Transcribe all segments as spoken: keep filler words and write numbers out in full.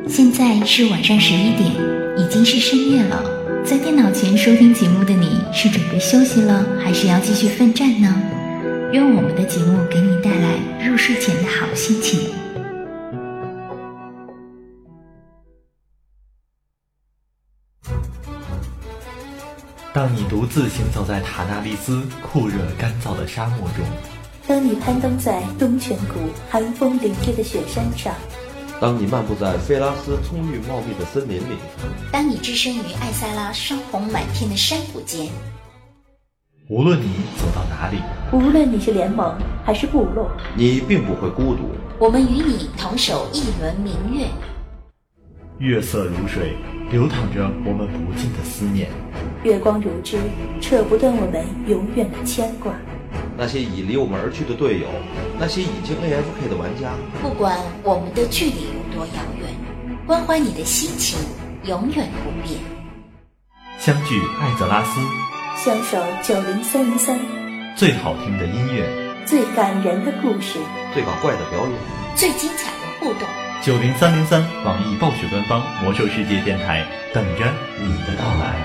现在是晚上十一点，已经是深夜了。在电脑前收听节目的你，是准备休息了，还是要继续奋战呢？愿我们的节目给你带来入睡前的好心情。 当你独自行走在塔纳利斯酷热干燥的沙漠中， 当你攀登在东泉谷寒风凛冽的雪山上， 当你漫步在菲拉斯葱郁茂密的森林里， 当你置身于艾塞拉霜红满天的山谷间， 无论你走到哪里， 无论你是联盟还是部落， 你并不会孤独。 我们与你同守一轮明月。 月色如水，流淌着我们不尽的思念。 月光如织，扯不断我们永远的牵挂。 那些已离我们而去的队友，那些已经 A F K 的玩家， 不管我们的距离有多遥远，关怀你的心情永远不变。 相聚艾泽拉斯， 相守九零三零三， 最好听的音乐， 最感人的故事， 最搞怪的表演， 最精彩的互动。 九零三零三网易暴雪官方魔兽世界电台，等着你的到来。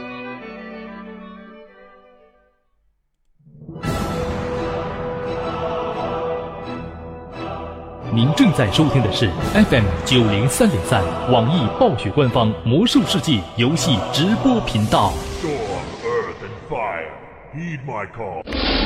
您正在收听的是 F M 九零三点三网易暴雪官方魔兽世界游戏直播频道。 Storm, earth and fire, heed my call.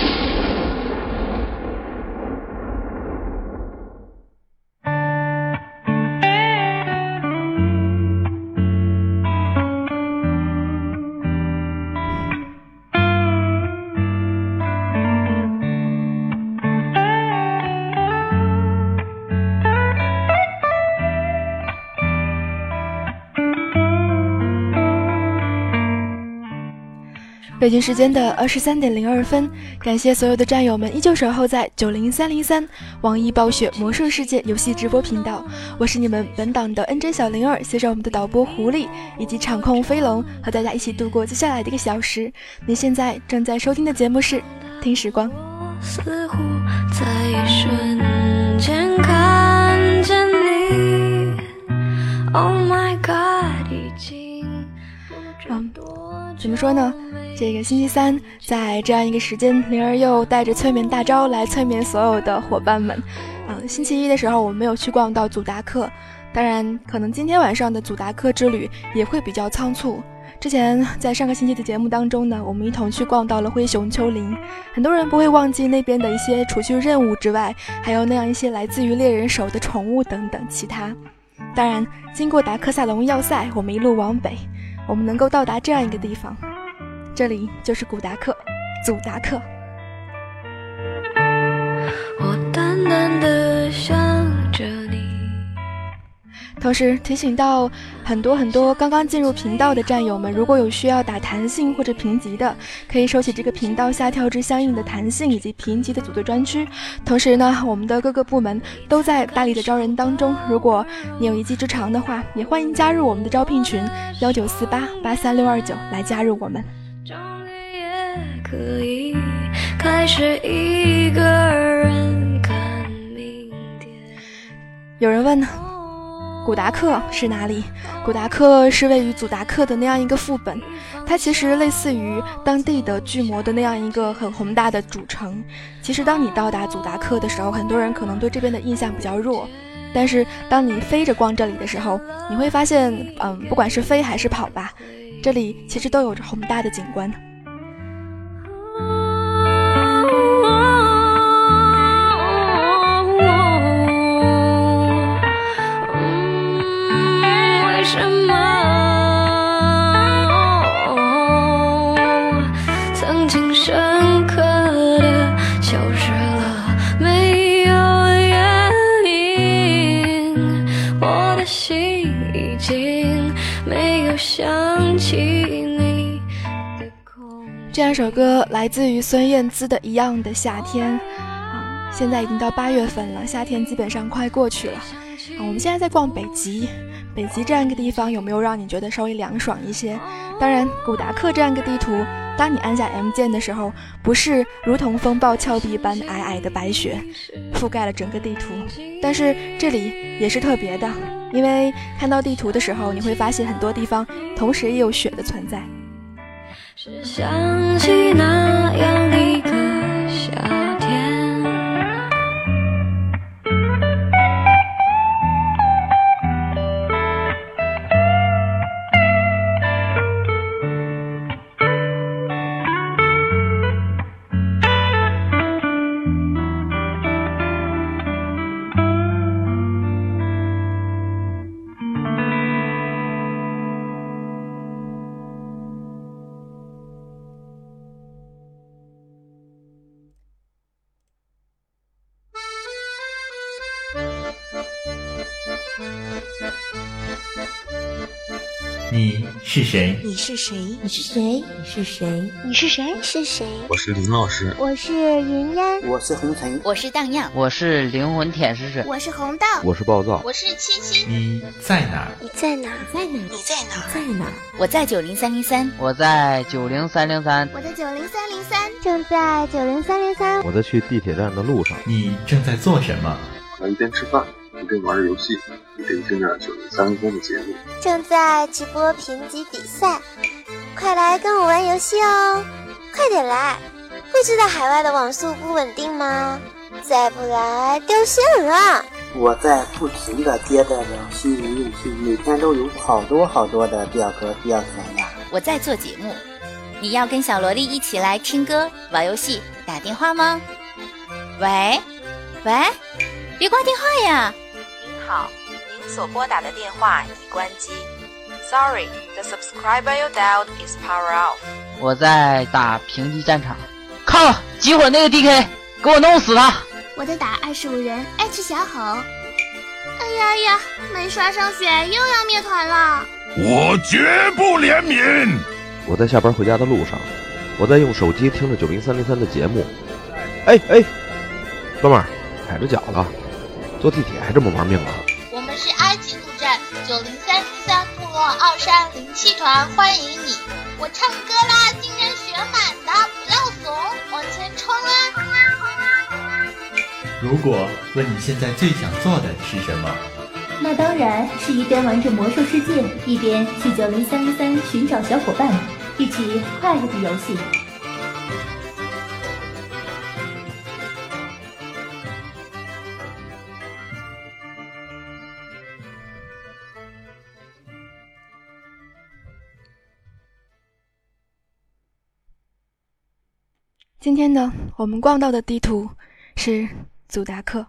北京时间的二十三点零二分，感谢所有的战友们依旧守候在九零三零三网易暴雪魔兽世界游戏直播频道。我是你们本档的 N J 小灵儿，携手我们的导播狐狸以及场控飞龙，和大家一起度过接下来的一个小时。你现在正在收听的节目是听时光。 似乎在一瞬间看见你 Oh my god 已经嗯，怎么说呢，这个星期三在这样一个时间，灵儿又带着催眠大招来催眠所有的伙伴们。嗯，星期一的时候我们没有去逛到祖达克，当然可能今天晚上的祖达克之旅也会比较仓促。之前在上个星期的节目当中呢，我们一同去逛到了灰熊丘陵，很多人不会忘记那边的一些除去任务之外，还有那样一些来自于猎人手的宠物等等其他。当然经过达克萨隆要塞，我们一路往北，我们能够到达这样一个地方，这里就是古达克，祖达克。 我淡淡地想着你。 同时提醒到很多很多刚刚进入频道的战友们，如果有需要打弹性或者评级的，可以收起这个频道下跳至相应的弹性以及评级的组队专区。同时呢，我们的各个部门都在大力的招人当中，如果你有一技之长的话，也欢迎加入我们的招聘群幺九四八八三六二九来加入我们。 终于也可以开始一个人看明天。 有人问古达克是哪里？古达克是位于祖达克的那样一个副本，它其实类似于当地的巨魔的那样一个很宏大的主城。其实当你到达祖达克的时候，很多人可能对这边的印象比较弱，但是当你飞着逛这里的时候，你会发现嗯，不管是飞还是跑吧，这里其实都有着宏大的景观。 为什么曾经深刻的消失了，没有原因，我的心已经没有想起你的空。 这样一首歌来自于孙燕姿的《一样的夏天》啊，现在已经到八月份了，夏天基本上快过去了啊。我们现在在逛北极，北极这样一个地方有没有让你觉得稍微凉爽一些？当然古达克这样一个地图，当你按下 M 键的时候，不是如同风暴峭壁般皑皑的白雪覆盖了整个地图，但是这里也是特别的， 因为看到地图的时候，你会发现很多地方同时也有雪的存在。 是想起那样一个夏天。 你是谁？ 你是谁？ 你是谁？你是谁？ 你是谁？是谁？ 我是林老师， 我是云烟， 我是红尘， 我是荡漾， 我是灵魂舔食者， 我是红豆， 我是暴躁， 我是七七。 你在哪？ 你在哪？ 你在哪？ 你在哪？ 在哪？ 我在九零三零三， 我在九零三零三， 我在九零三零三， 正在九零三零三。 我在去地铁站的路上。 你正在做什么？ 我一边吃饭，一边玩着游戏，一边听着九零三零三的节目。 正在直播评级比赛，快来跟我玩游戏哦！快点来！不知道海外的网速不稳定吗？再不来掉线了。 我在不停的接待着新人应聘，每天都有好多好多的表格需要填呀。 我在做节目，你要跟小萝莉一起来听歌、玩游戏、打电话吗？喂，喂，别挂电话呀！ 您好，您所拨打的电话已关机。Sorry, the subscriber you dialed is power off. 我在打平级战场，靠！集火那个 D K， 给我弄死他！ 我在打二十五人爱吃小吼。哎呀呀，没刷上血又要灭团了！ 我绝不怜悯。 我在下班回家的路上，我在用手机听着九零三零三的节目。哎哎，哥们儿，踩着脚了，坐地铁还这么玩命啊！ 我们是埃及路站九零三零三部落奥山灵气团，欢迎你！我唱歌啦，竟然学满的，不要怂，往前冲啊！ 如果问你现在最想做的是什么， 那当然是一边玩着魔兽世界，一边去九零三零三寻找小伙伴，一起快乐的游戏。 今天呢，我们逛到的地图是祖达克。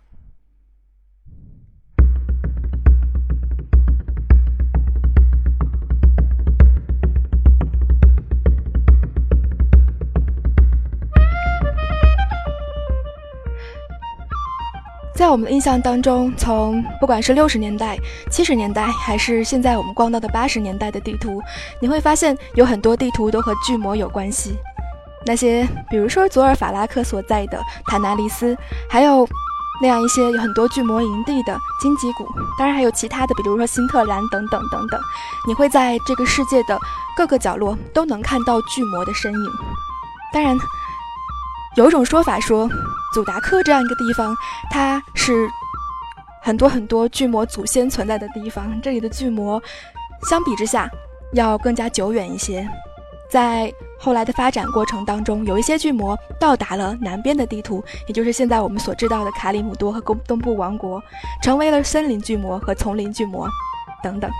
在我们的印象当中，从不管是六十年代、七十年代，还是现在我们逛到的八十年代的地图，你会发现有很多地图都和巨魔有关系。那些比如说佐尔法拉克所在的塔纳利斯，还有那样一些有很多巨魔营地的荆棘谷，当然还有其他的，比如说辛特兰等等等等，你会在这个世界的各个角落都能看到巨魔的身影。当然有一种说法说，祖达克这样一个地方，它是很多很多巨魔祖先存在的地方，这里的巨魔相比之下要更加久远一些。在后来的发展过程当中，有一些巨魔到达了南边的地图，也就是现在我们所知道的卡里姆多和东部王国，成为了森林巨魔和丛林巨魔等等。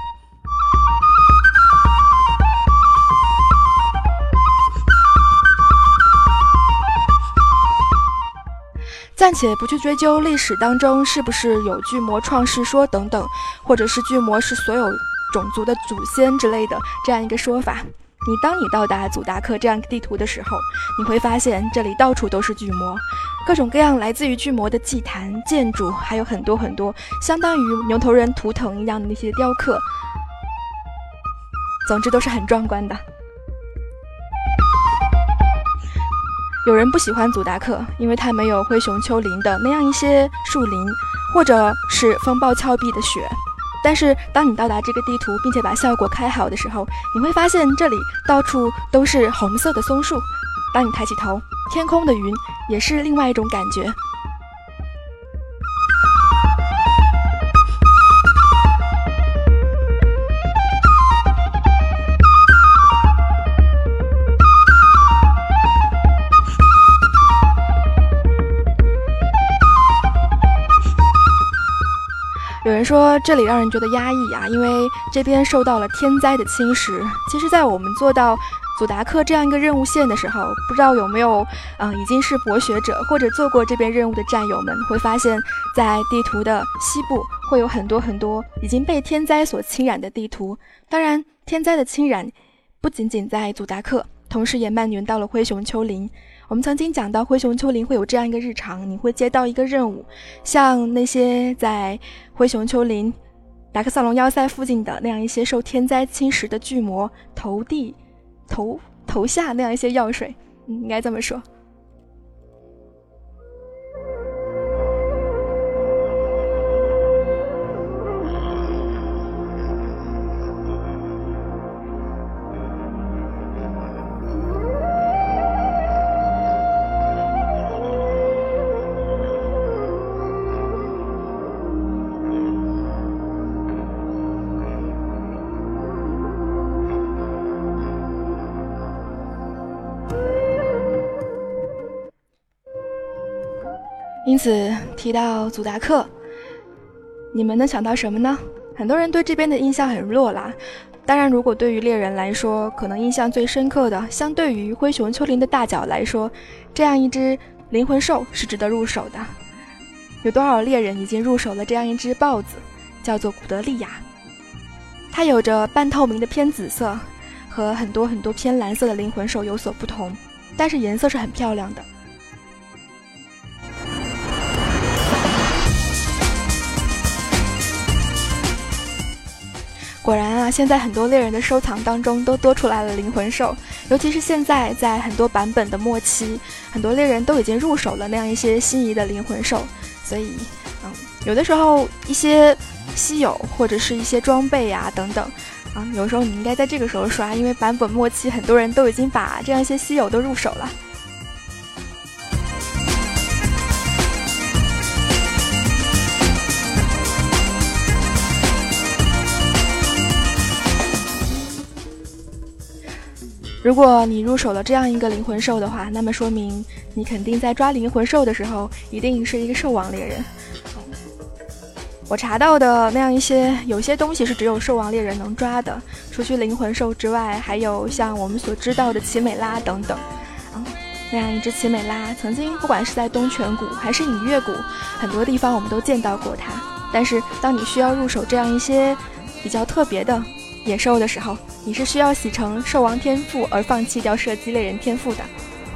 暂且不去追究历史当中是不是有巨魔创世说等等，或者是巨魔是所有种族的祖先之类的这样一个说法，你当你到达祖达克这样一个地图的时候，你会发现这里到处都是巨魔，各种各样来自于巨魔的祭坛、建筑，还有很多很多相当于牛头人图腾一样的那些雕刻，总之都是很壮观的。有人不喜欢祖达克，因为它没有灰熊丘陵的那样一些树林，或者是风暴峭壁的雪。但是当你到达这个地图并且把效果开好的时候，你会发现这里到处都是红色的松树，当你抬起头，天空的云也是另外一种感觉。 人说这里让人觉得压抑啊，因为这边受到了天灾的侵蚀。其实在我们做到祖达克这样一个任务线的时候，不知道有没有嗯、呃、已经是博学者或者做过这边任务的战友们会发现，在地图的西部会有很多很多已经被天灾所侵染的地图。当然天灾的侵染不仅仅在祖达克，同时也蔓延到了灰熊丘陵。我们曾经讲到灰熊丘陵会有这样一个日常，你会接到一个任务，像那些在灰熊丘陵达克萨隆要塞附近的那样一些受天灾侵蚀的巨魔投地投投下那样一些药水，嗯，应该这么说。因此提到祖达克，你们能想到什么呢？很多人对这边的印象很弱啦。当然如果对于猎人来说，可能印象最深刻的，相对于灰熊丘陵的大角来说，这样一只灵魂兽是值得入手的。有多少猎人已经入手了这样一只豹子，叫做古德利亚。它有着半透明的偏紫色，和很多很多偏蓝色的灵魂兽有所不同，但是颜色是很漂亮的。果然啊，现在很多猎人的收藏当中都多出来了灵魂兽，尤其是现在在很多版本的末期，很多猎人都已经入手了那样一些心仪的灵魂兽。所以嗯，有的时候一些稀有或者是一些装备啊等等啊，有时候你应该在这个时候刷，因为版本末期很多人都已经把这样一些稀有都入手了。如果你入手了这样一个灵魂兽的话，那么说明你肯定在抓灵魂兽的时候一定是一个兽王猎人。我查到的那样一些，有些东西是只有兽王猎人能抓的，除去灵魂兽之外，还有像我们所知道的奇美拉等等。嗯，那样一只奇美拉曾经不管是在东泉谷还是隐月谷，很多地方我们都见到过它。但是当你需要入手这样一些比较特别的野兽的时候，你是需要洗成兽王天赋而放弃掉射击猎人天赋的。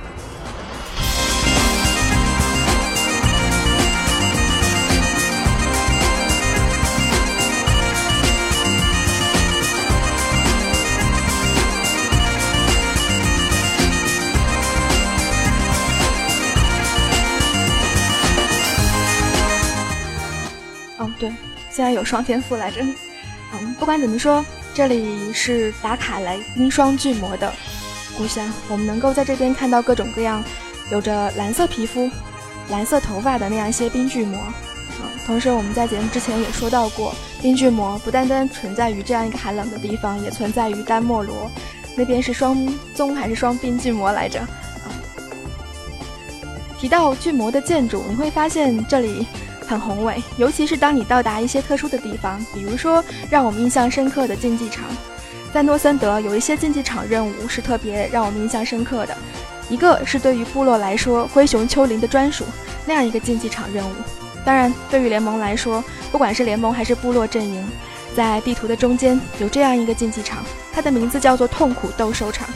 哦，对，现在有双天赋来着。嗯，不管怎么说，这里是达卡莱冰霜巨魔的故乡，我们能够在这边看到各种各样有着蓝色皮肤、蓝色头发的那样一些冰巨魔。嗯，同时我们在节目之前也说到过，冰巨魔不单单存在于这样一个寒冷的地方，也存在于丹莫罗，那边是双宗还是双冰巨魔来着？嗯，提到巨魔的建筑，你会发现这里很宏伟，尤其是当你到达一些特殊的地方，比如说让我们印象深刻的竞技场。在诺森德有一些竞技场任务是特别让我们印象深刻的，一个是对于部落来说灰熊丘陵的专属那样一个竞技场任务，当然对于联盟来说，不管是联盟还是部落阵营，在地图的中间有这样一个竞技场，它的名字叫做痛苦斗兽场。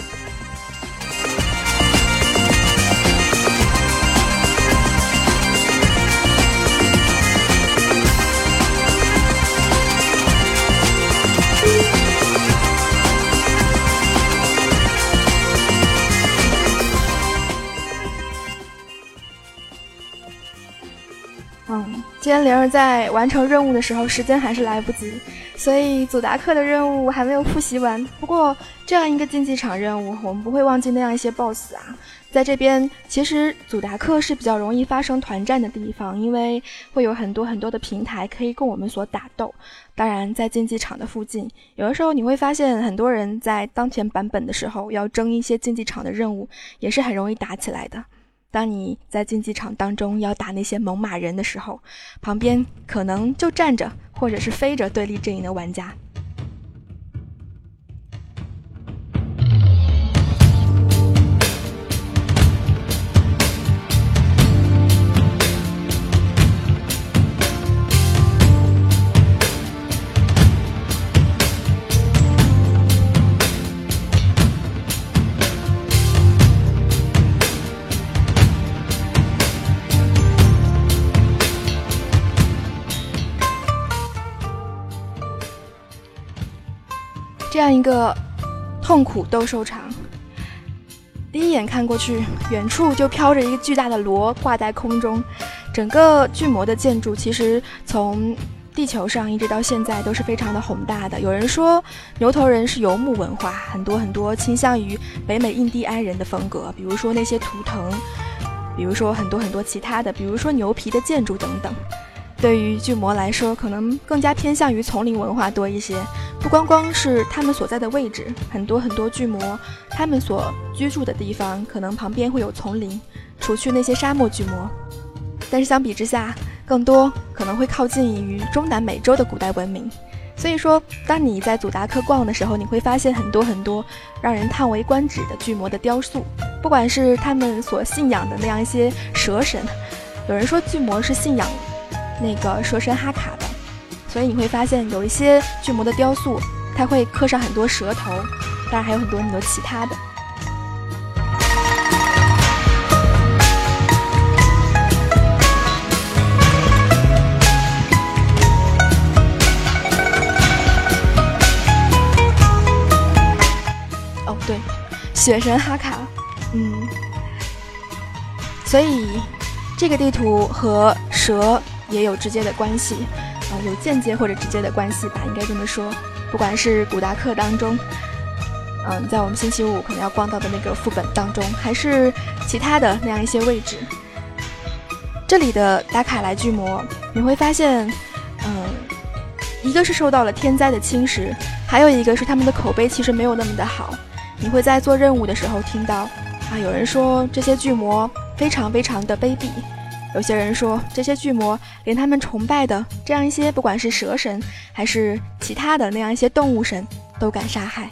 嗯，今天灵儿在完成任务的时候时间还是来不及，所以祖达克的任务还没有复习完。不过这样一个竞技场任务，我们不会忘记那样一些 boss 啊。在这边其实祖达克是比较容易发生团战的地方，因为会有很多很多的平台可以供我们所打斗。当然在竞技场的附近，有的时候你会发现很多人在当前版本的时候要争一些竞技场的任务，也是很容易打起来的。 当你在竞技场当中要打那些猛犸人的时候，旁边可能就站着或者是飞着对立阵营的玩家。这样一个痛苦斗兽场，第一眼看过去，远处就飘着一个巨大的螺挂在空中。整个巨魔的建筑其实从地球上一直到现在都是非常的宏大的。有人说牛头人是游牧文化，很多很多倾向于北美印第安人的风格，比如说那些图腾，比如说很多很多其他的，比如说牛皮的建筑等等。对于巨魔来说，可能更加偏向于丛林文化多一些。不光光是他们所在的位置，很多很多巨魔他们所居住的地方可能旁边会有丛林，除去那些沙漠巨魔。但是相比之下，更多可能会靠近于中南美洲的古代文明。所以说当你在祖达克逛的时候，你会发现很多很多让人叹为观止的巨魔的雕塑，不管是他们所信仰的那样一些蛇神，有人说巨魔是信仰那个蛇神哈卡的，所以你会发现有一些巨魔的雕塑它会刻上很多蛇头，当然还有很多很多其他的。哦对，雪神哈卡，嗯，所以这个地图和蛇也有直接的关系，呃，有间接或者直接的关系吧，应该这么说。不管是古达克当中，嗯，在我们星期五可能要逛到的那个副本当中，还是其他的那样一些位置，这里的达卡莱巨魔，你会发现，嗯，一个是受到了天灾的侵蚀，还有一个是他们的口碑其实没有那么的好。你会在做任务的时候听到，啊，有人说这些巨魔非常非常的卑鄙。有些人说这些巨魔连他们崇拜的这样一些不管是蛇神还是其他的那样一些动物神都敢杀害。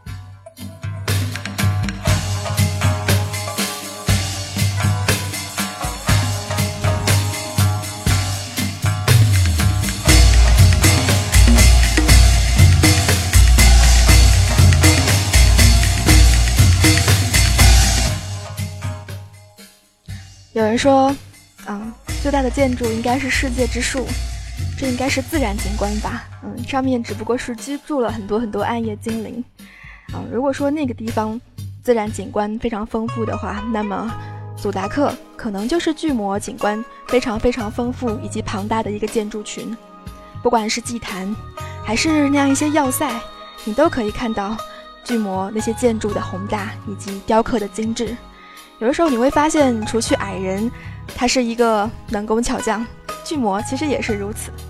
有人说嗯，最大的建筑应该是世界之树，这应该是自然景观吧。嗯，上面只不过是居住了很多很多暗夜精灵。嗯，如果说那个地方自然景观非常丰富的话，那么祖达克可能就是巨魔景观非常非常丰富以及庞大的一个建筑群。不管是祭坛还是那样一些要塞，你都可以看到巨魔那些建筑的宏大以及雕刻的精致。有的时候你会发现，除去矮人他是一个能工巧匠，巨魔其实也是如此。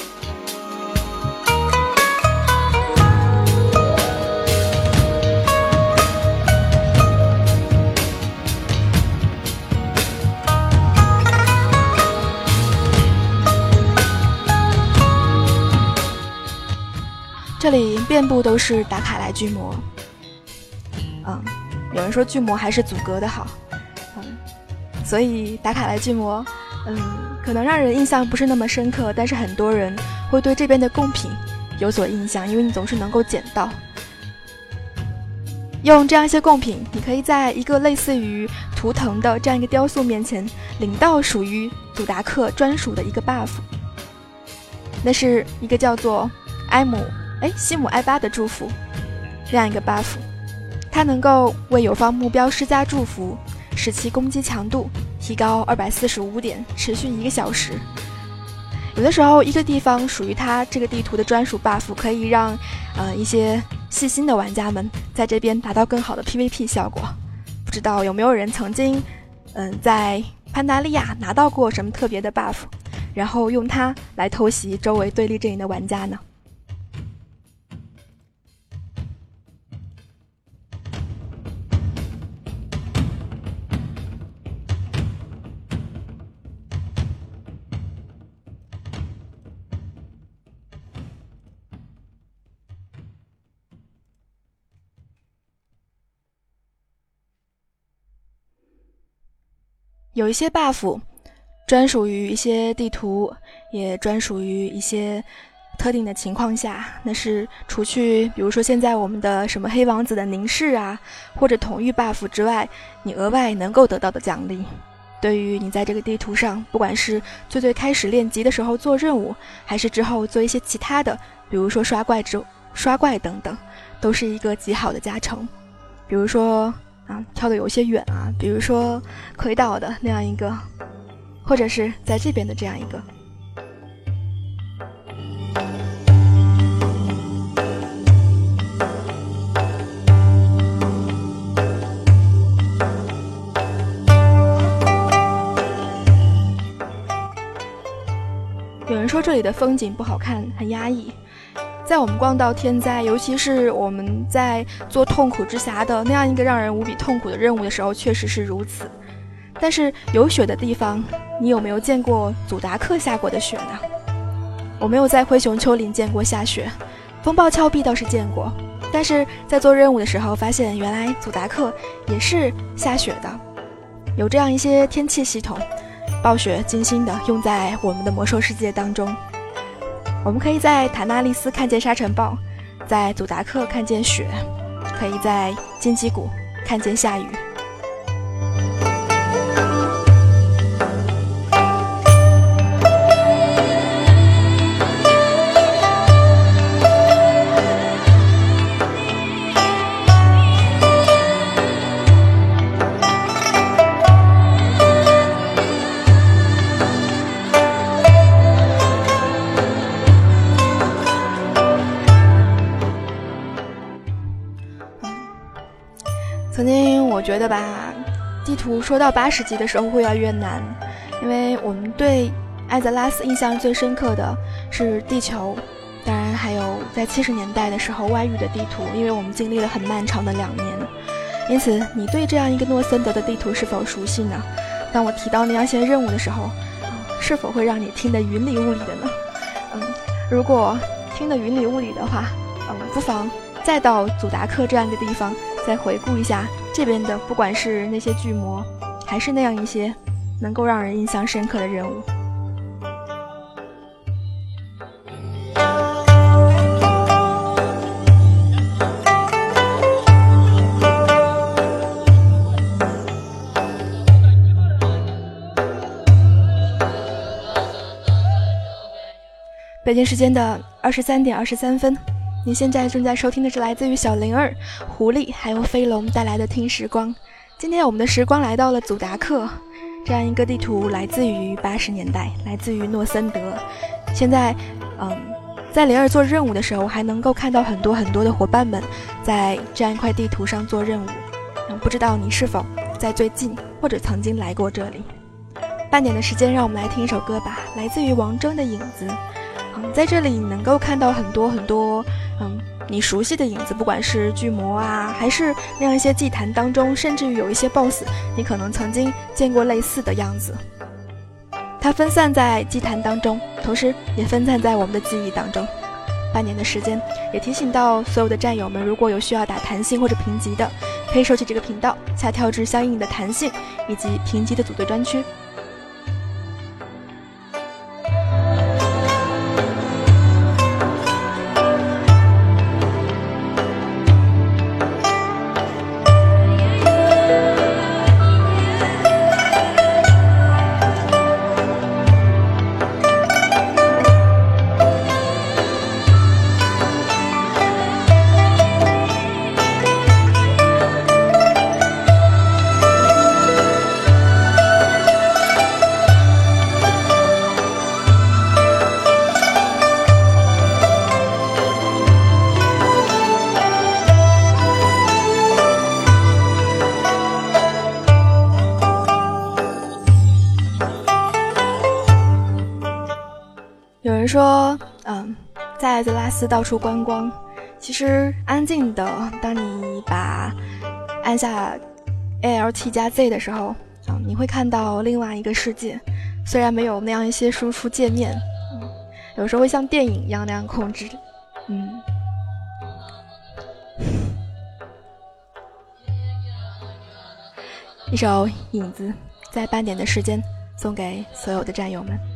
这里遍布都是达卡莱巨魔，嗯，有人说巨魔还是阻隔的好，嗯，所以达卡莱巨魔，嗯，可能让人印象不是那么深刻，但是很多人会对这边的贡品有所印象，因为你总是能够捡到。用这样一些贡品，你可以在一个类似于图腾的这样一个雕塑面前领到属于祖达克专属的一个 buff， 那是一个叫做埃姆哎西姆埃巴的祝福，这样一个 buff， 它能够为友方目标施加祝福，使其攻击强度提高二百四十五点，持续一个小时。有的时候一个地方属于它这个地图的专属 buff， 可以让呃一些细心的玩家们在这边达到更好的 P V P 效果。不知道有没有人曾经嗯、呃、在潘达利亚拿到过什么特别的 buff， 然后用它来偷袭周围对立阵营的玩家呢？ 有一些 buff 专属于一些地图，也专属于一些特定的情况下，那是除去比如说现在我们的什么黑王子的凝视啊，或者统御 buff 之外，你额外能够得到的奖励。对于你在这个地图上，不管是最最开始练级的时候做任务，还是之后做一些其他的，比如说刷怪之刷怪等等，都是一个极好的加成。比如说啊，跳的有些远啊，比如说魁岛的那样一个，或者是在这边的这样一个。有人说这里的风景不好看，很压抑。在我们逛到天灾，尤其是我们在做痛苦之匣的那样一个让人无比痛苦的任务的时候，确实是如此。但是有雪的地方，你有没有见过祖达克下过的雪呢？我没有在灰熊丘陵见过下雪，风暴峭壁倒是见过，但是在做任务的时候发现，原来祖达克也是下雪的，有这样一些天气系统。暴雪精心的用在我们的魔兽世界当中，我们可以在塔纳利斯看见沙尘暴，在祖达克看见雪，可以在荆棘谷看见下雨。曾经我觉得吧，地图说到八十级的时候会越来越难，因为我们对艾泽拉斯印象最深刻的是地球，当然还有在七十年代的时候外域的地图，因为我们经历了很漫长的两年。因此你对这样一个诺森德的地图是否熟悉呢？当我提到那样一些任务的时候，是否会让你听得云里雾里的呢？嗯，如果听得云里雾里的话，嗯，不妨再到祖达克这样一个地方，再回顾一下这边的，不管是那些巨魔，还是那样一些能够让人印象深刻的任务。北京时间的二十三点二十三分，你现在正在收听的是来自于小灵儿、狐狸还有飞龙带来的听时光。今天我们的时光来到了祖达克这样一个地图，来自于八十年代，来自于诺森德。现在嗯，在灵儿做任务的时候，还能够看到很多很多的伙伴们在这样一块地图上做任务。嗯，不知道你是否在最近或者曾经来过这里。半点的时间，让我们来听一首歌吧，来自于王铮的影子。嗯，在这里你能够看到很多很多嗯你熟悉的影子，不管是巨魔啊，还是那样一些祭坛当中，甚至于有一些 boss 你可能曾经见过类似的样子。它分散在祭坛当中，同时也分散在我们的记忆当中。半年的时间，也提醒到所有的战友们，如果有需要打弹性或者评级的，可以收起这个频道，下跳至相应的弹性以及评级的组队专区。有人说嗯，在艾泽拉斯到处观光，其实安静的，当你把按下 A L T 加 Z 的时候，嗯，你会看到另外一个世界，虽然没有那样一些输出界面，嗯，有时候会像电影一样那样控制。嗯，一首影子在半点的时间送给所有的战友们。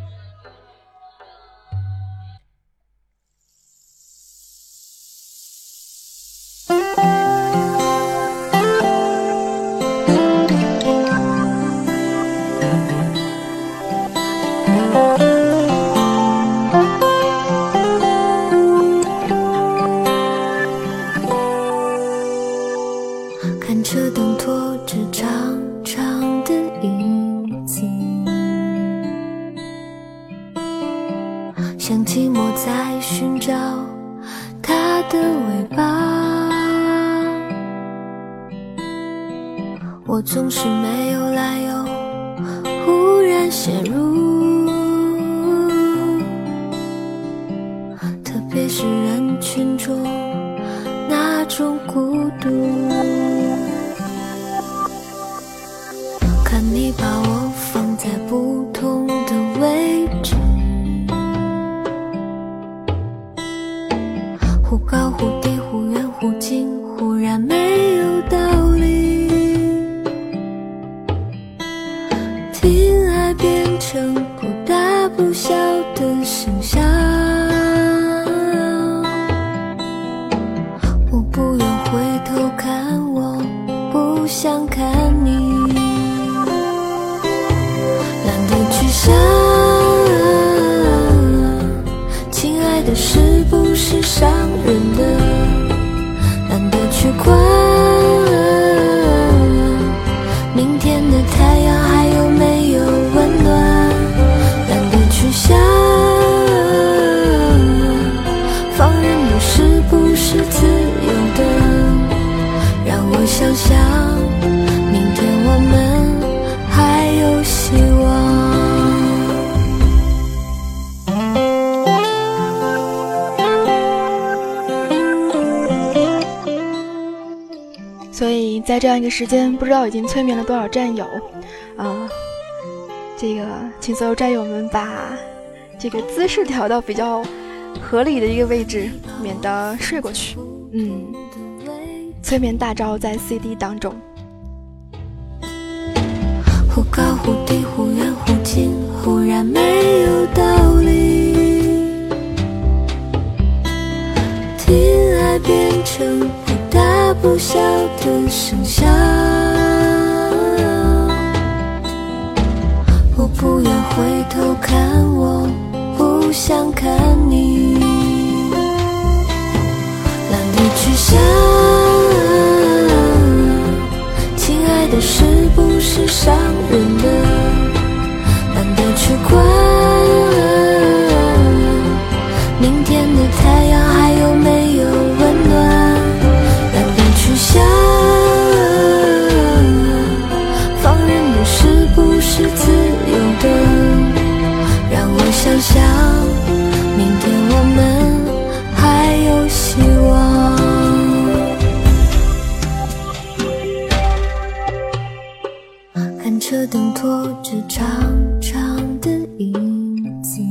看车灯拖着长长的影子，像寂寞在寻找它的尾巴。我总是没有来由忽然陷入，特别是人群中那种孤独。看你把我放在不同的位置，忽高忽低，忽远忽近，忽然没有道理。听爱变成不大不小的声响，我不用回头看，我不想看你。想，亲爱的，是不是伤人的？懒得去管，明天的太阳还有没有温暖？懒得去想，放任的是不是自由的？让我想想，明天我们还有希望。 所以在这样一个时间，不知道已经催眠了多少战友啊、呃！这个请所有战友们把这个姿势调到比较合理的一个位置，免得睡过去。嗯，催眠大招在 C D 当中。 忽高忽低，忽远忽近，忽然没有道理。听爱变成不大不小的声响，我不要回头看，我不想看你。懒得去想，亲爱的，是不是伤人的？懒得去管，明天的太阳还有没有温暖？懒得去想，放任的是不是自由的？让我想想，明天我们还有希望。看车灯拖着长长的影子，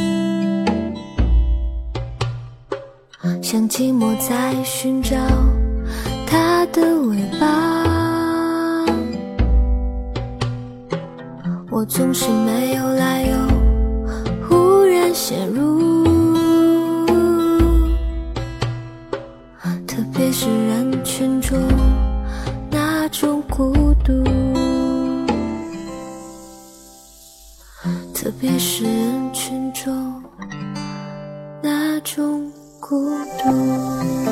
像寂寞在寻找它的尾巴。我总是没有来由忽然陷入，特别是人群中那种孤独，特别是人群中那种孤独。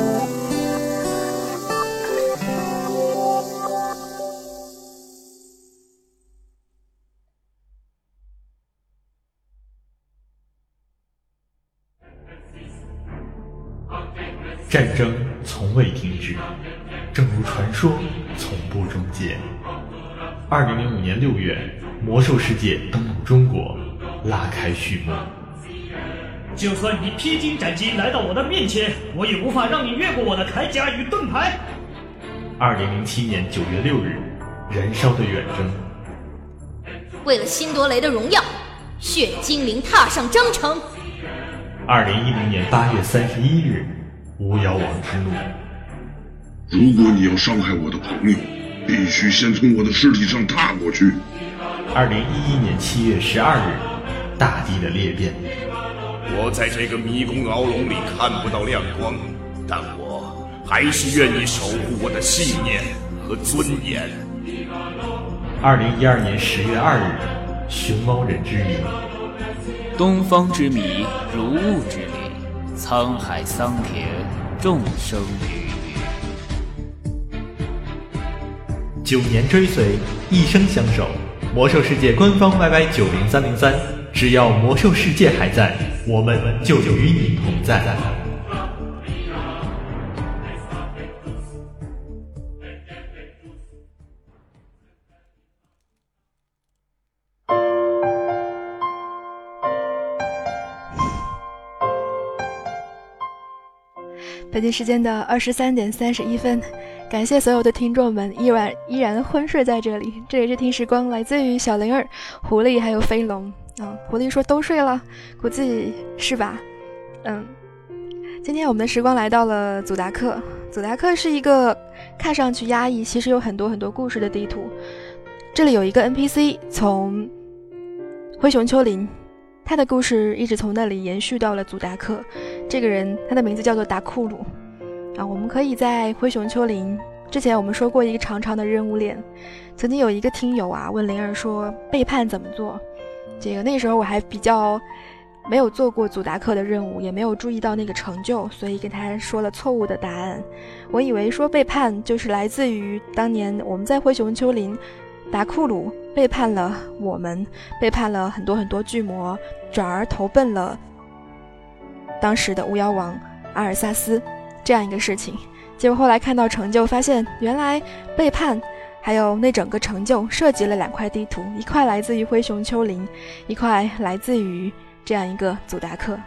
战争从未停止，正如传说从不终结。二零零五年六月，魔兽世界登陆中国，拉开序幕。 就算你披荆斩棘来到我的面前，我也无法让你越过我的铠甲与盾牌。 二零零七年九月六日，燃烧的远征。 为了辛多雷的荣耀，血精灵踏上征程。 二零一零年八月三十一日，巫妖王之怒。 如果你要伤害我的朋友，必须先从我的尸体上踏过去。 二零一一年七月十二日，大地的裂变。 我在这个迷宫牢笼里看不到亮光，但我还是愿意守护我的信念和尊严。 二零一二年十月二日，熊猫人之谜。 东方之谜，如雾之理，沧海桑田，众生鱼鱼。 九年追随，一生相守。魔兽世界官方 Y Y 九零三零三，只要魔兽世界还在，我们就与你同在。 北京时间的二十三点三十一分，感谢所有的听众们依然依然昏睡在这里。这里是听时光，来自于小灵儿、狐狸还有飞龙。嗯，狐狸说都睡了，估计是吧？嗯，今天我们的时光来到了祖达克。祖达克是一个看上去压抑，其实有很多很多故事的地图。这里有一个 N P C 从灰熊丘陵，他的故事一直从那里延续到了祖达克。这个人他的名字叫做达库鲁啊。我们可以在灰熊丘陵之前我们说过一个长长的任务链，曾经有一个听友啊问灵儿说背叛怎么做。这个那时候我还比较没有做过祖达克的任务，也没有注意到那个成就，所以跟他说了错误的答案。我以为说背叛就是来自于当年我们在灰熊丘陵，达库鲁背叛了我们，背叛了很多很多巨魔，转而投奔了当时的巫妖王阿尔萨斯这样一个事情。结果后来看到成就，发现原来背叛还有那整个成就涉及了两块地图，一块来自于灰熊丘陵，一块来自于这样一个祖达克。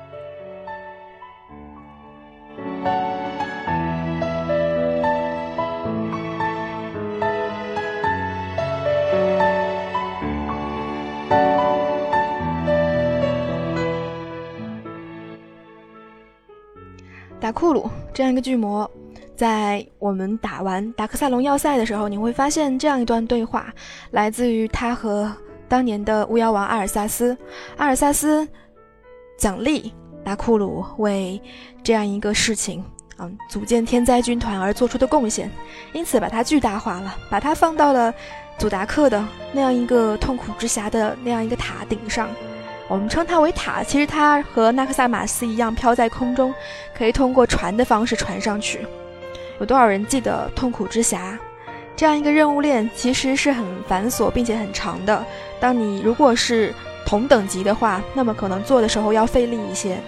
达库鲁这样一个巨魔，在我们打完达克萨隆要塞的时候，你会发现这样一段对话，来自于他和当年的巫妖王阿尔萨斯。阿尔萨斯奖励达库鲁为这样一个事情嗯，组建天灾军团而做出的贡献，因此把它巨大化了，把它放到了祖达克的那样一个痛苦之峡的那样一个塔顶上。我们称它为塔，其实它和纳克萨马斯一样飘在空中，可以通过船的方式传上去。有多少人记得痛苦之峡？这样一个任务链其实是很繁琐并且很长的，当你如果是同等级的话，那么可能做的时候要费力一些。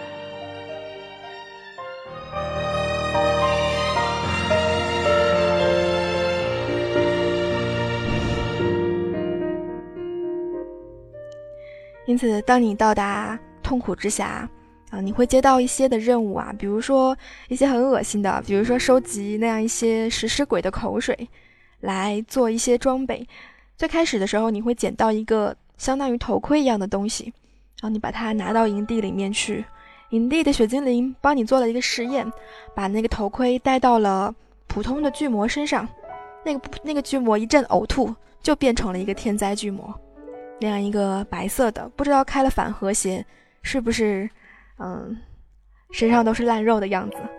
因此当你到达痛苦之峡啊，你会接到一些的任务啊，比如说一些很恶心的，比如说收集那样一些食尸鬼的口水来做一些装备。最开始的时候你会捡到一个相当于头盔一样的东西，然后你把它拿到营地里面去，营地的血精灵帮你做了一个实验，把那个头盔戴到了普通的巨魔身上，那个那个巨魔一阵呕吐就变成了一个天灾巨魔，那样一个白色的，不知道开了反和谐是不是嗯，身上都是烂肉的样子。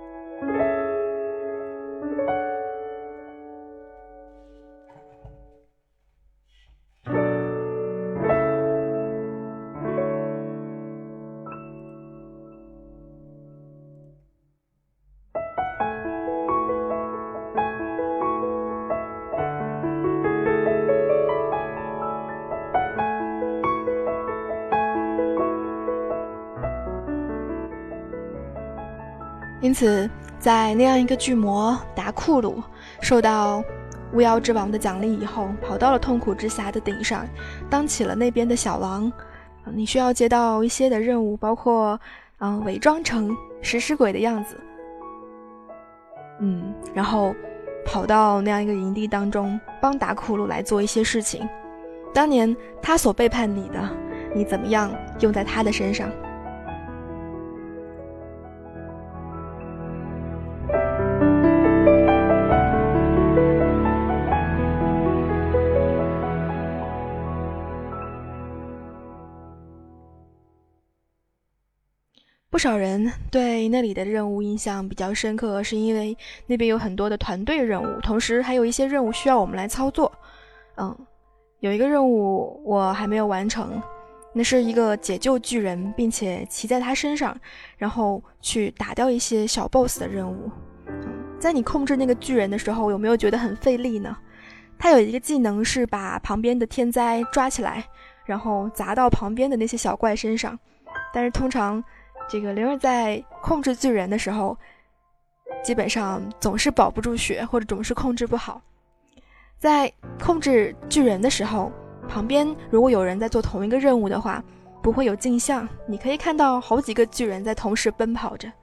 因此在那样一个巨魔达库鲁受到巫妖之王的奖励以后，跑到了痛苦之峡的顶上，当起了那边的小狼。你需要接到一些的任务，包括嗯伪装成食尸鬼的样子，嗯，然后跑到那样一个营地当中，帮达库鲁来做一些事情。当年他所背叛你的，你怎么样用在他的身上？ 不少人对那里的任务印象比较深刻，是因为那边有很多的团队任务，同时还有一些任务需要我们来操作。嗯，有一个任务我还没有完成，那是一个解救巨人，并且骑在他身上，然后去打掉一些小 boss 的任务。嗯，在你控制那个巨人的时候，有没有觉得很费力呢？他有一个技能是把旁边的天灾抓起来，然后砸到旁边的那些小怪身上，但是通常这个灵儿在控制巨人的时候，基本上总是保不住血，或者总是控制不好。在控制巨人的时候，旁边如果有人在做同一个任务的话，不会有镜像，你可以看到好几个巨人在同时奔跑着。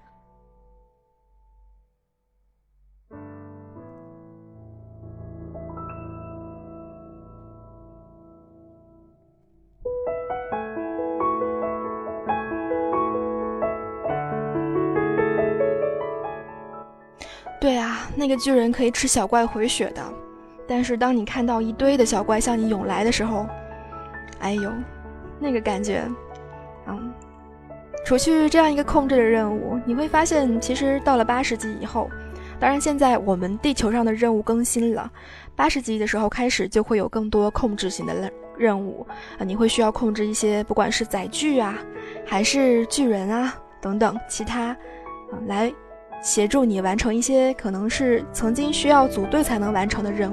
对啊，那个巨人可以吃小怪回血的，但是当你看到一堆的小怪向你涌来的时候，哎呦，那个感觉，嗯，除去这样一个控制的任务，你会发现其实到了八十级以后，当然现在我们地球上的任务更新了，八十级的时候开始就会有更多控制型的任务啊，你会需要控制一些不管是载具啊，还是巨人啊等等其他啊来协助你完成一些可能是曾经需要组队才能完成的任务。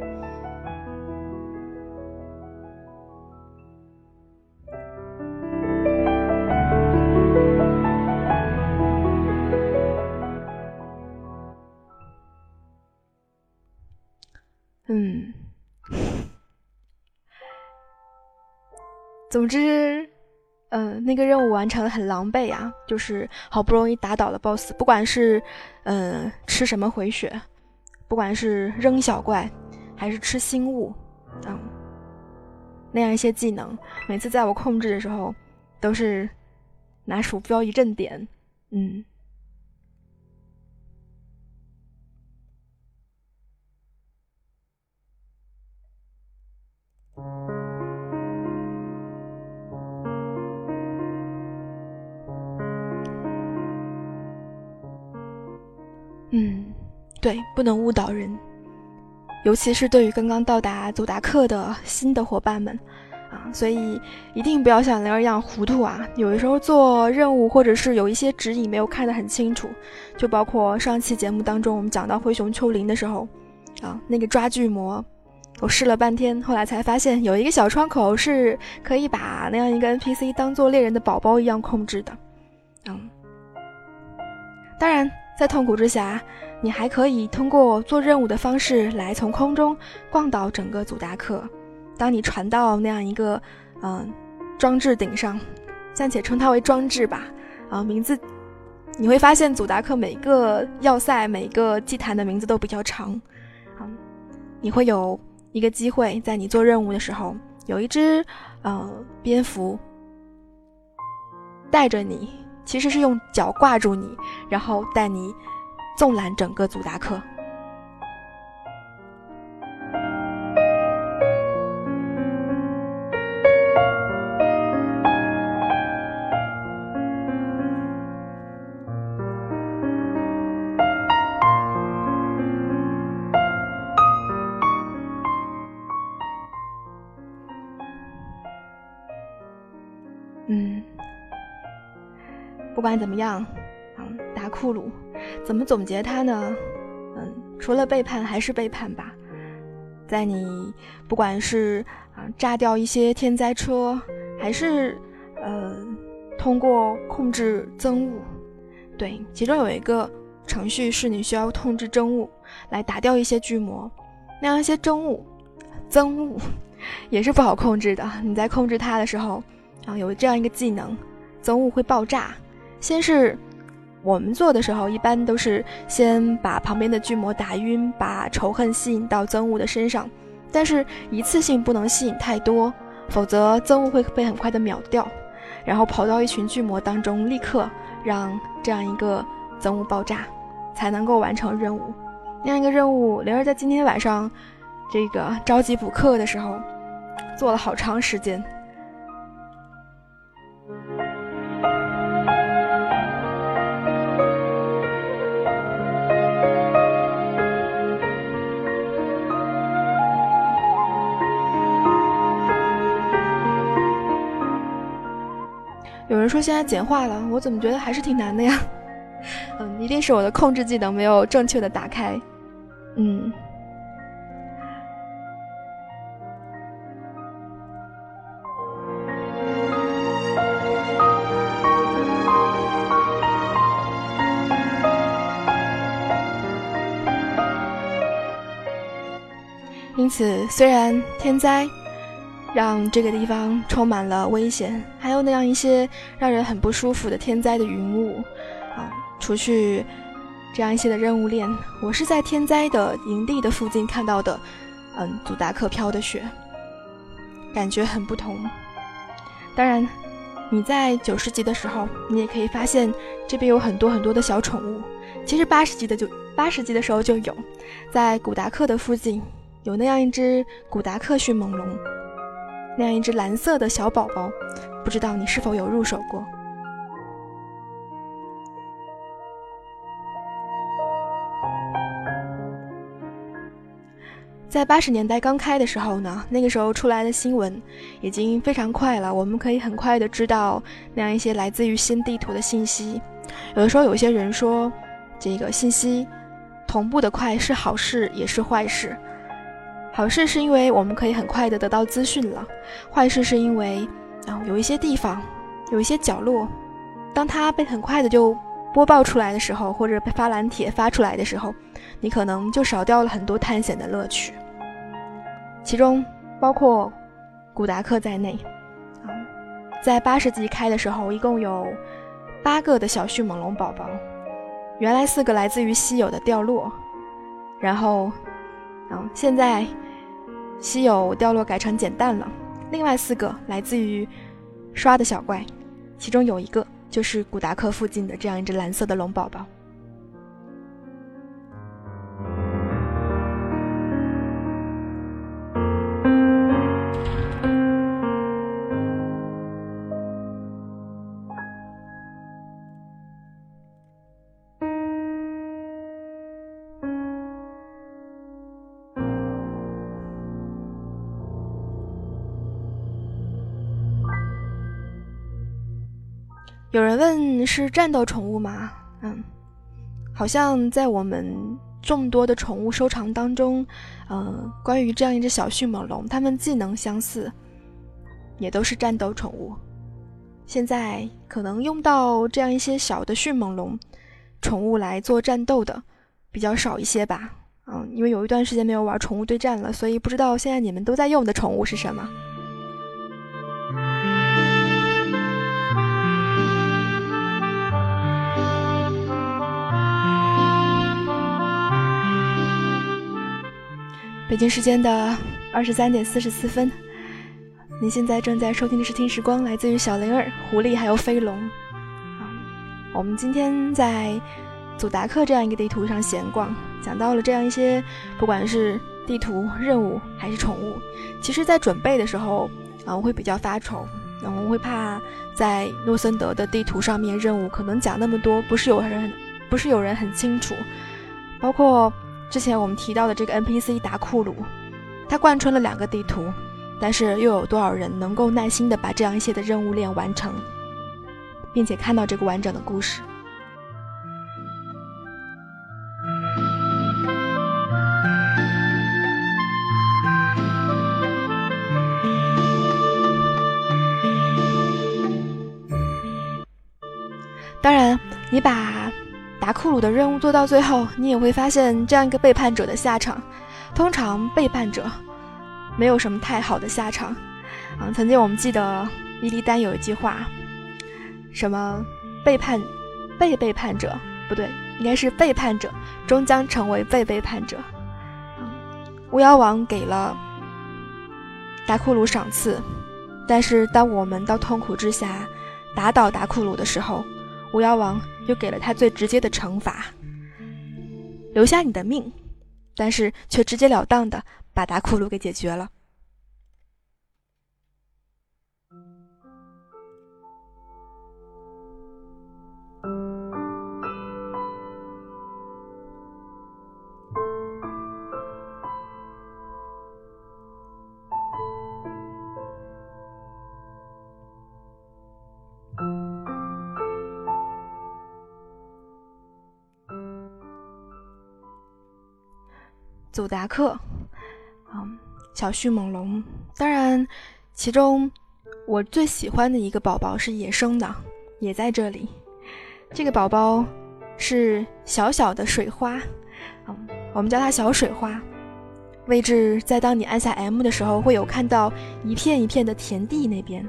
嗯，总之呃，那个任务完成的很狼狈啊，就是好不容易打倒了 boss， 不管是呃吃什么回血，不管是扔小怪还是吃星物，嗯，那样一些技能，每次在我控制的时候都是拿鼠标一阵点，嗯。嗯，对，不能误导人，尤其是对于刚刚到达祖达克的新的伙伴们啊，所以一定不要像灵儿一样糊涂啊！有的时候做任务或者是有一些指引没有看得很清楚，就包括上期节目当中我们讲到灰熊丘陵的时候啊，那个抓巨魔，我试了半天，后来才发现有一个小窗口是可以把那样一个 N P C 当做猎人的宝宝一样控制的，嗯，当然。在痛苦之下，你还可以通过做任务的方式来从空中逛倒整个祖达克。当你传到那样一个嗯、呃、装置顶上，暂且称它为装置吧，啊、呃，名字你会发现祖达克每个要塞、每个祭坛的名字都比较长，嗯，你会有一个机会，在你做任务的时候，有一只呃蝙蝠带着你。其实是用脚挂住你，然后带你纵览整个祖达克。嗯。不管怎么样，嗯，达库鲁怎么总结它呢？嗯，除了背叛还是背叛吧。在你不管是啊炸掉一些天灾车，还是呃通过控制憎恶，对，其中有一个程序是你需要控制憎恶来打掉一些巨魔，那样一些憎恶憎恶也是不好控制的。你在控制它的时候啊，有这样一个技能，憎恶会爆炸。先是我们做的时候，一般都是先把旁边的巨魔打晕，把仇恨吸引到憎恶的身上，但是一次性不能吸引太多，否则憎恶会被很快的秒掉，然后跑到一群巨魔当中，立刻让这样一个憎恶爆炸，才能够完成任务。那样一个任务，灵儿在今天晚上这个着急补课的时候做了好长时间。 有人说现在简化了，我怎么觉得还是挺难的呀？嗯，一定是我的控制技能没有正确的打开。嗯。因此，虽然天灾让这个地方充满了危险，还有那样一些让人很不舒服的天灾的云雾啊，除去这样一些的任务链，我是在天灾的营地的附近看到的，嗯，祖达克飘的雪，感觉很不同。当然，你在九十级的时候，你也可以发现这边有很多很多的小宠物。其实八十级的就八十级的时候就有，在古达克的附近。有那样一只古达克迅猛龙，那样一只蓝色的小宝宝，不知道你是否有入手过？在八十年代刚开的时候呢，那个时候出来的新闻已经非常快了，我们可以很快的知道那样一些来自于新地图的信息。有的时候有些人说，这个信息同步的快是好事也是坏事。好事是因为我们可以很快的得到资讯了，坏事是因为、哦、有一些地方有一些角落，当它被很快的就播报出来的时候，或者被发蓝帖发出来的时候，你可能就少掉了很多探险的乐趣，其中包括古达克在内、嗯、在八十级开的时候一共有八个的小迅猛龙宝宝，原来四个来自于稀有的掉落，然后、嗯、现在稀有掉落改成捡弹了，另外四个来自于刷的小怪，其中有一个就是古达克附近的这样一只蓝色的龙宝宝。有人问是战斗宠物吗？嗯，好像在我们众多的宠物收藏当中，呃，关于这样一只小迅猛龙，它们技能相似，也都是战斗宠物。现在可能用到这样一些小的迅猛龙宠物来做战斗的比较少一些吧。嗯，因为有一段时间没有玩宠物对战了，所以不知道现在你们都在用的宠物是什么。北京时间的二十三点四十四分，您现在正在收听的是听时光，来自于小灵儿、狐狸还有飞龙。啊，我们今天在祖达克这样一个地图上闲逛，讲到了这样一些，不管是地图、任务还是宠物。其实，在准备的时候，啊，我会比较发愁，嗯，我会怕在诺森德的地图上面任务可能讲那么多，不是有人不是有人很清楚，包括。之前我们提到的这个 N P C 达库鲁，它贯穿了两个地图，但是又有多少人能够耐心的把这样一些的任务链完成，并且看到这个完整的故事。当然你把达库鲁的任务做到最后，你也会发现这样一个背叛者的下场。通常背叛者没有什么太好的下场啊。曾经我们记得伊利丹有一句话，什么背叛被背叛者，不对，应该是背叛者终将成为被背叛者。巫妖王给了达库鲁赏赐，但是当我们到痛苦之下打倒达库鲁的时候，巫妖王又给了他最直接的惩罚，留下你的命，但是却直截了当的把达库鲁给解决了。 祖达克，嗯，小迅猛龙。当然，其中我最喜欢的一个宝宝是野生的，也在这里。这个宝宝是小小的水花，嗯，我们叫它小水花。位置在当你按下 M 的时候，会有看到一片一片的田地那边，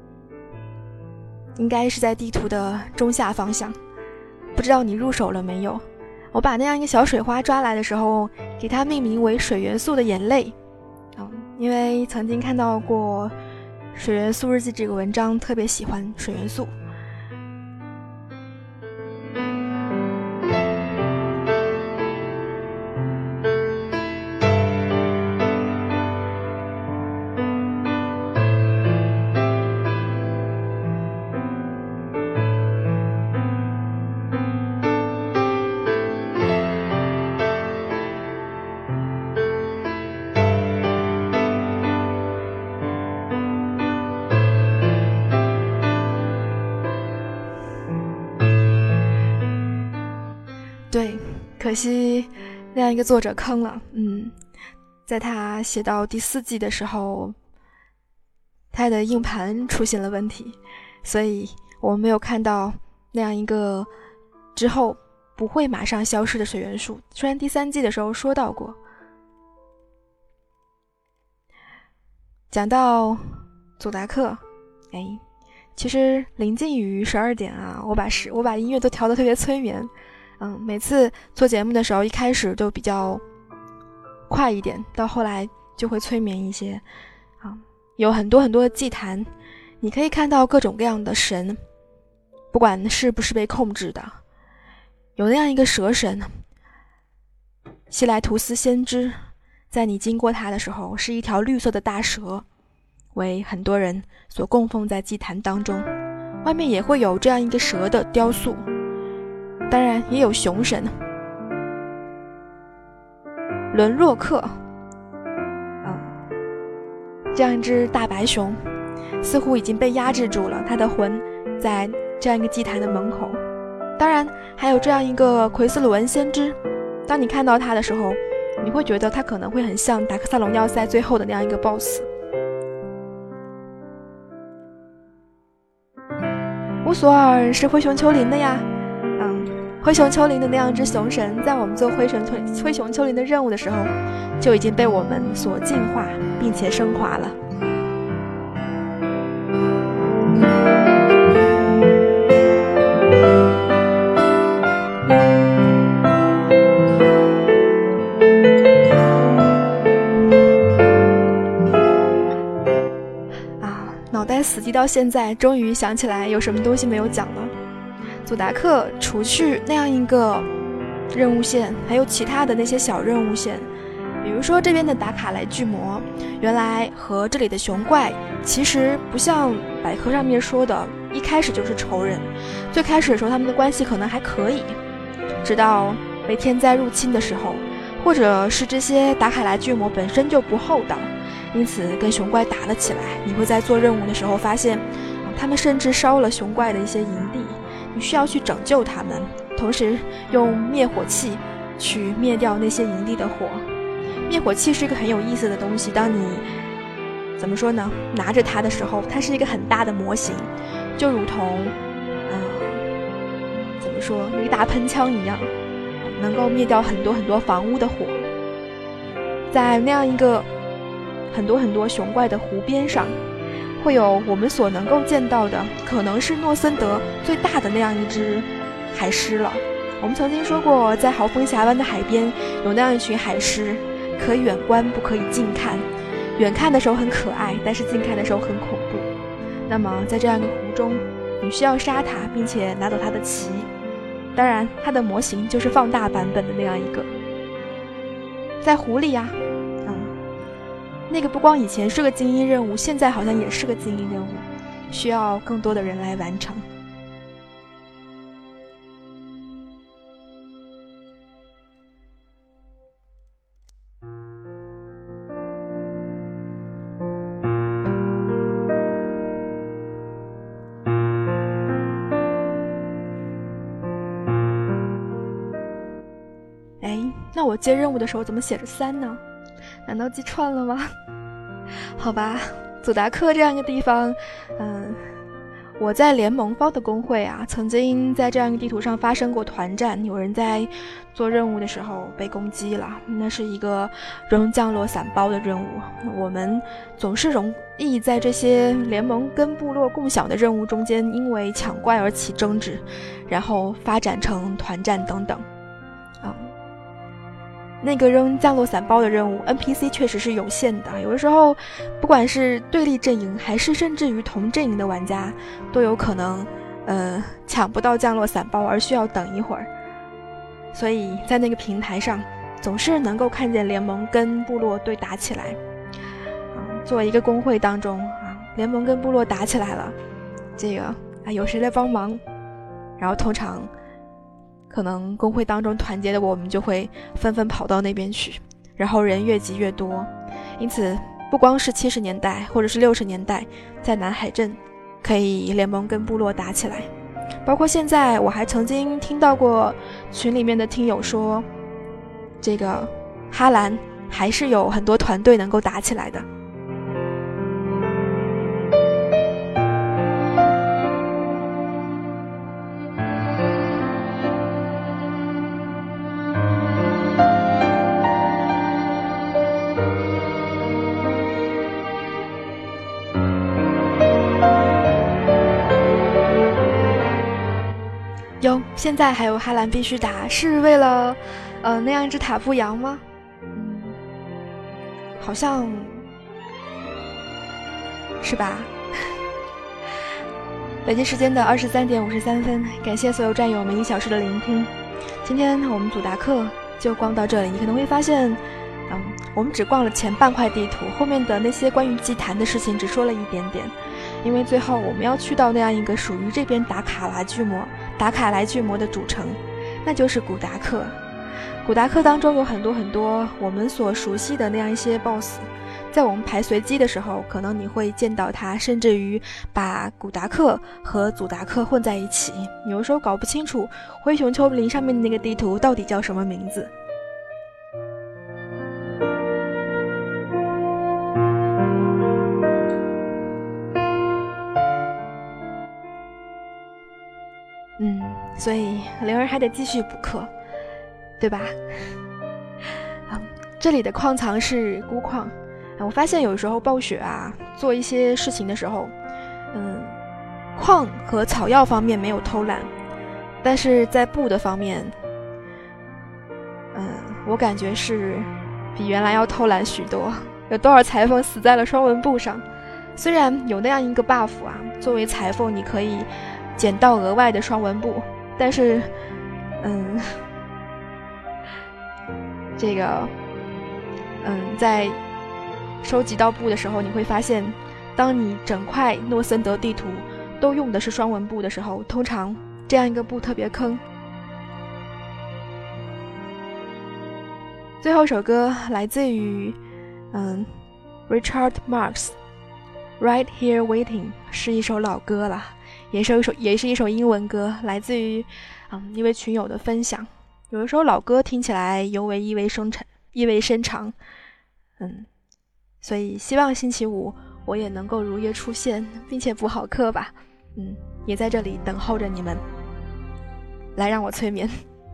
应该是在地图的中下方向。不知道你入手了没有？我把那样一个小水花抓来的时候，给它命名为水元素的眼泪，嗯，因为曾经看到过水元素日记这个文章，特别喜欢水元素。对，可惜那样一个作者坑了。嗯，在他写到第四季的时候，他的硬盘出现了问题，所以我没有看到那样一个之后不会马上消失的水元素。虽然第三季的时候说到过。讲到祖达克，哎，其实临近于十二点啊，我把时我把音乐都调得特别催眠。嗯，每次做节目的时候，一开始就比较快一点，到后来就会催眠一些。啊，有很多很多的祭坛，你可以看到各种各样的神，不管是不是被控制的。有那样一个蛇神，希莱图斯先知，在你经过它的时候，是一条绿色的大蛇，为很多人所供奉在祭坛当中。外面也会有这样一个蛇的雕塑。当然也有熊神，伦洛克，嗯，这样一只大白熊似乎已经被压制住了，它的魂在这样一个祭坛的门口。当然还有这样一个奎斯鲁恩先知，当你看到他的时候，你会觉得他可能会很像达克萨隆要塞最后的那样一个 boss。 乌索尔是灰熊丘陵的呀，嗯，灰熊丘陵的那样只熊神，在我们做灰熊灰熊丘陵的任务的时候，就已经被我们所净化并且升华了。啊，脑袋死机到现在，终于想起来有什么东西没有讲了。祖达克除去那样一个任务线，还有其他的那些小任务线，比如说这边的达卡莱巨魔，原来和这里的熊怪其实不像百科上面说的一开始就是仇人，最开始的时候他们的关系可能还可以，直到被天灾入侵的时候，或者是这些达卡莱巨魔本身就不厚道，因此跟熊怪打了起来。你会在做任务的时候发现，他们甚至烧了熊怪的一些营地，你需要去拯救他们，同时用灭火器去灭掉那些营地的火。灭火器是一个很有意思的东西，当你怎么说呢，拿着它的时候，它是一个很大的模型，就如同呃怎么说，一个大喷枪一样，能够灭掉很多很多房屋的火。在那样一个很多很多熊怪的湖边上，会有我们所能够见到的，可能是诺森德最大的那样一只海狮了。我们曾经说过，在豪风峡湾的海边有那样一群海狮，可以远观不可以近看，远看的时候很可爱，但是近看的时候很恐怖。那么在这样一个湖中，你需要杀它并且拿走它的鳍，当然它的模型就是放大版本的那样一个。在湖里呀、嗯，那个不光以前是个精英任务，现在好像也是个精英任务，需要更多的人来完成。 那我接任务的时候怎么写着三呢？难道记串了吗？好吧，祖达克这样一个地方，嗯，我在联盟方的工会啊，曾经在这样一个地图上发生过团战，有人在做任务的时候被攻击了，那是一个扔降落伞包的任务。我们总是容易在这些联盟跟部落共享的任务中间，因为抢怪而起争执，然后发展成团战等等。嗯，那个扔降落伞包的任务 N P C 确实是有限的，有的时候不管是对立阵营还是甚至于同阵营的玩家都有可能呃抢不到降落伞包而需要等一会儿，所以在那个平台上总是能够看见联盟跟部落对打起来。嗯，作为一个工会当中啊，联盟跟部落打起来了，这个啊有谁来帮忙，然后通常可能工会当中团结的我们就会纷纷跑到那边去，然后人越积越多。因此不光是七十年代或者是六十年代在南海镇可以联盟跟部落打起来，包括现在我还曾经听到过群里面的听友说，这个哈兰还是有很多团队能够打起来的。有，现在还有哈兰必须打，是为了呃那样一只塔布羊吗？嗯，好像是吧。北京时间的二十三点五十三分，感谢所有战友们一小时的聆听。今天我们祖达克就逛到这里，你可能会发现，嗯，我们只逛了前半块地图，后面的那些关于祭坛的事情只说了一点点。因为最后我们要去到那样一个属于这边达卡莱巨魔达卡莱巨魔的主城，那就是古达克。古达克当中有很多很多我们所熟悉的那样一些 boss， 在我们排随机的时候可能你会见到他，甚至于把古达克和祖达克混在一起，有的时候搞不清楚灰熊丘陵上面的那个地图到底叫什么名字。嗯，所以灵儿还得继续补课，对吧？嗯，这里的矿藏是钴矿。我发现有时候暴雪啊做一些事情的时候，嗯，矿和草药方面没有偷懒，但是在布的方面，嗯，我感觉是比原来要偷懒许多。有多少裁缝死在了双纹布上？虽然有那样一个 buff 啊，作为裁缝你可以捡到额外的双纹布，但是嗯这个嗯在收集到布的时候，你会发现当你整块诺森德地图都用的是双纹布的时候，通常这样一个布特别坑。最后一首歌来自于嗯 Richard Marx Right Here Waiting， 是一首老歌了，也是一首也是一首英文歌，来自于嗯一位群友的分享。有的时候老歌听起来尤为意味深长，意味深长，嗯，所以希望星期五我也能够如约出现，并且补好课吧。嗯，也在这里等候着你们来让我催眠。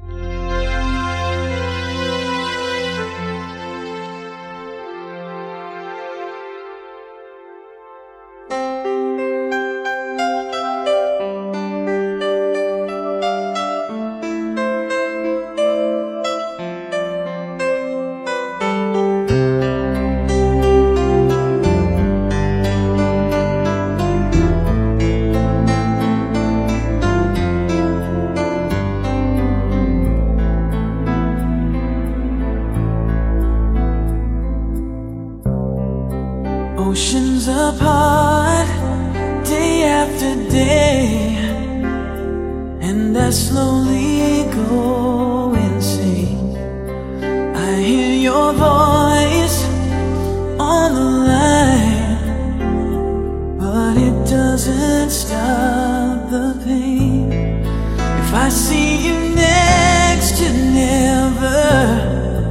Oceans apart, day after day, and I slowly go insane. I hear your voice on the line, but it doesn't stop the pain. If I see you next to never,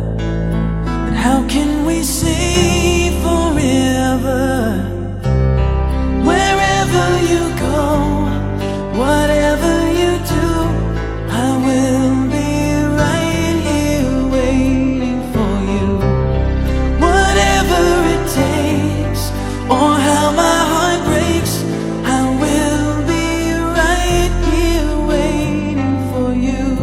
safe forever. Wherever you go, whatever you do, I will be right here waiting for you. Whatever it takes, or how my heart breaks, I will be right here waiting for you.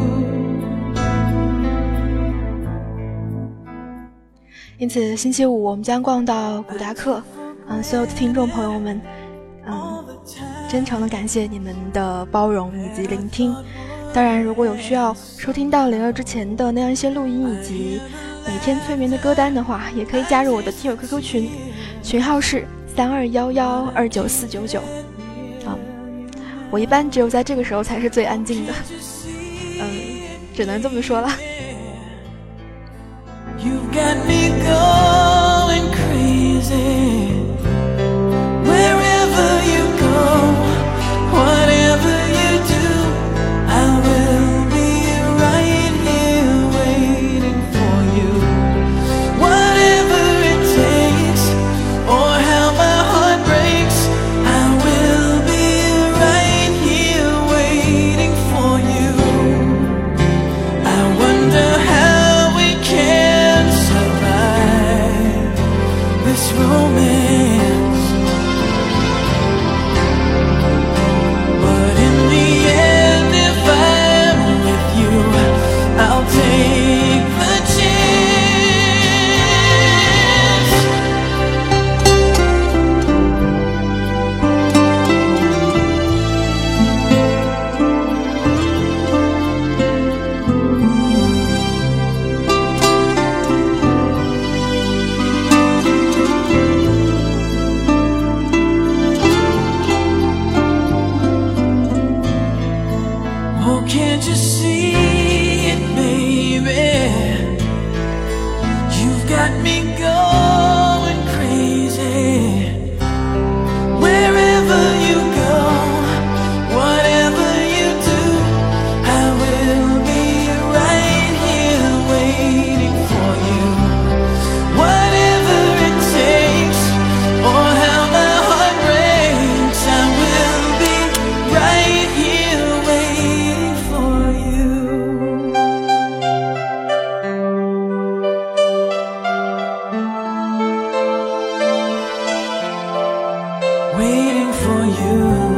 因此星期五我们将逛到古达克，嗯，所有的听众朋友们，嗯，真诚的感谢你们的包容以及聆听。当然如果有需要收听到零二之前的那样一些录音以及每天催眠的歌单的话，也可以加入我的听友 Q Q 群，群号是三二幺幺二九四九九。啊，我一般只有在这个时候才是最安静的，嗯，只能这么说了。 You've got me going crazy. Wherever you go, whatever you do, I will be right here waiting for you. Whatever it takes, or how my heart breaks, I will be right here waiting for you. I wonder how we can survive this romance, but in the end, if I'm with you, I'll take the chance. Oh, can't you see it, baby? You've got me going crazy. Wherever you go, whatever you do, I will be right here waiting for you. Whatever it takes, or how my heart breaks, I will be right here waiting for you. Waiting for you.